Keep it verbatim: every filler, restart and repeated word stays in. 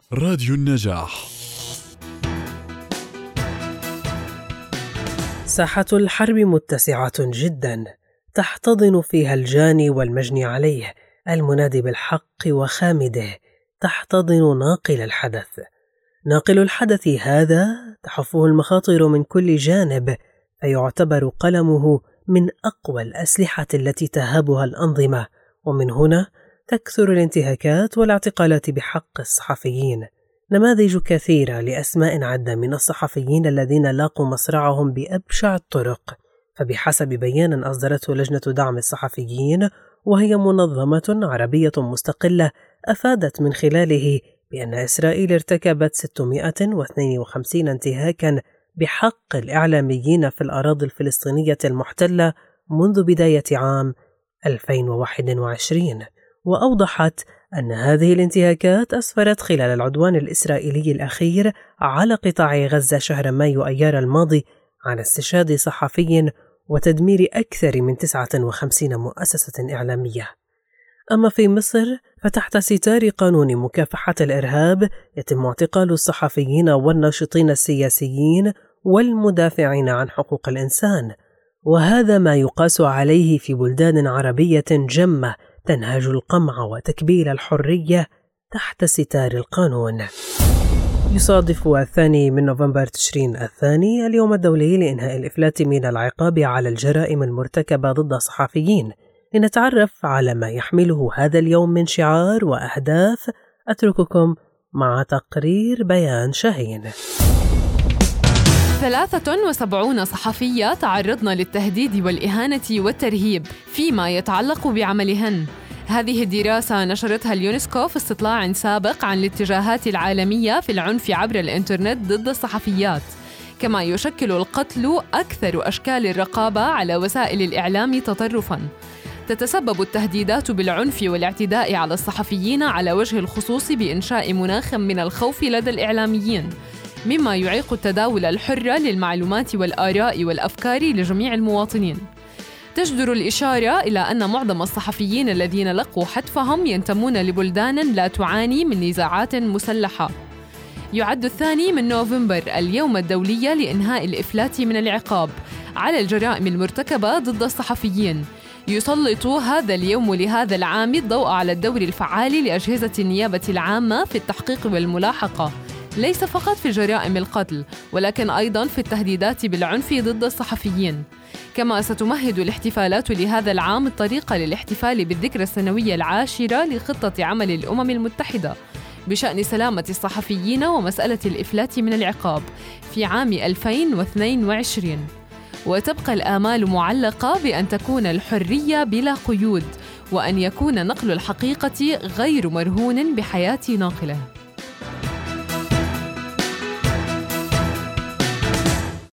راديو النجاح. ساحة الحرب متسعة جدا، تحتضن فيها الجاني والمجني عليه، المنادي بالحق وخامده، تحتضن ناقل الحدث. ناقل الحدث هذا تحفه المخاطر من كل جانب، فيعتبر قلمه من أقوى الأسلحة التي تهابها الأنظمة، ومن هنا تكثر الانتهاكات والاعتقالات بحق الصحفيين. نماذج كثيرة لأسماء عدة من الصحفيين الذين لاقوا مصرعهم بأبشع الطرق. فبحسب بيان أصدرته لجنة دعم الصحفيين، وهي منظمة عربية مستقلة، أفادت من خلاله بأن إسرائيل ارتكبت ستمائة واثنين وخمسين انتهاكاً بحق الإعلاميين في الأراضي الفلسطينية المحتلة منذ بداية عام ألفين وواحد وعشرين، وأوضحت أن هذه الانتهاكات أسفرت خلال العدوان الإسرائيلي الأخير على قطاع غزة شهر مايو أيار الماضي عن استشهاد صحفي وتدمير أكثر من تسعة وخمسين مؤسسة إعلامية. أما في مصر فتحت ستار قانون مكافحة الإرهاب يتم اعتقال الصحفيين والناشطين السياسيين والمدافعين عن حقوق الإنسان، وهذا ما يقاس عليه في بلدان عربية جمة تنهج القمع وتكبيل الحرية تحت ستار القانون. يصادف الثاني من نوفمبر تشرين الثاني اليوم الدولي لإنهاء الإفلات من العقاب على الجرائم المرتكبة ضد الصحفيين. لنتعرف على ما يحمله هذا اليوم من شعار وأهداف، أترككم مع تقرير بيان شاهين. ثلاثة وسبعون صحفية تعرضن للتهديد والإهانة والترهيب فيما يتعلق بعملهن. هذه الدراسة نشرتها اليونسكو في استطلاع سابق عن الاتجاهات العالمية في العنف عبر الإنترنت ضد الصحفيات. كما يشكل القتل أكثر أشكال الرقابة على وسائل الإعلام تطرفاً. تتسبب التهديدات بالعنف والاعتداء على الصحفيين على وجه الخصوص بإنشاء مناخ من الخوف لدى الإعلاميين، مما يعيق التداول الحر للمعلومات والآراء والأفكار لجميع المواطنين. تجدر الإشارة إلى أن معظم الصحفيين الذين لقوا حتفهم ينتمون لبلدان لا تعاني من نزاعات مسلحة. يعد الثاني من نوفمبر اليوم الدولي لإنهاء الإفلات من العقاب على الجرائم المرتكبة ضد الصحفيين. يسلط هذا اليوم لهذا العام الضوء على الدور الفعال لأجهزة النيابة العامة في التحقيق والملاحقة، ليس فقط في جرائم القتل ولكن أيضاً في التهديدات بالعنف ضد الصحفيين. كما ستمهد الاحتفالات لهذا العام الطريقة للاحتفال بالذكرى السنوية العاشرة لخطة عمل الأمم المتحدة بشأن سلامة الصحفيين ومسألة الإفلات من العقاب في عام ألفين واثنين وعشرين. وتبقى الآمال معلقة بأن تكون الحرية بلا قيود، وأن يكون نقل الحقيقة غير مرهون بحياة ناقله.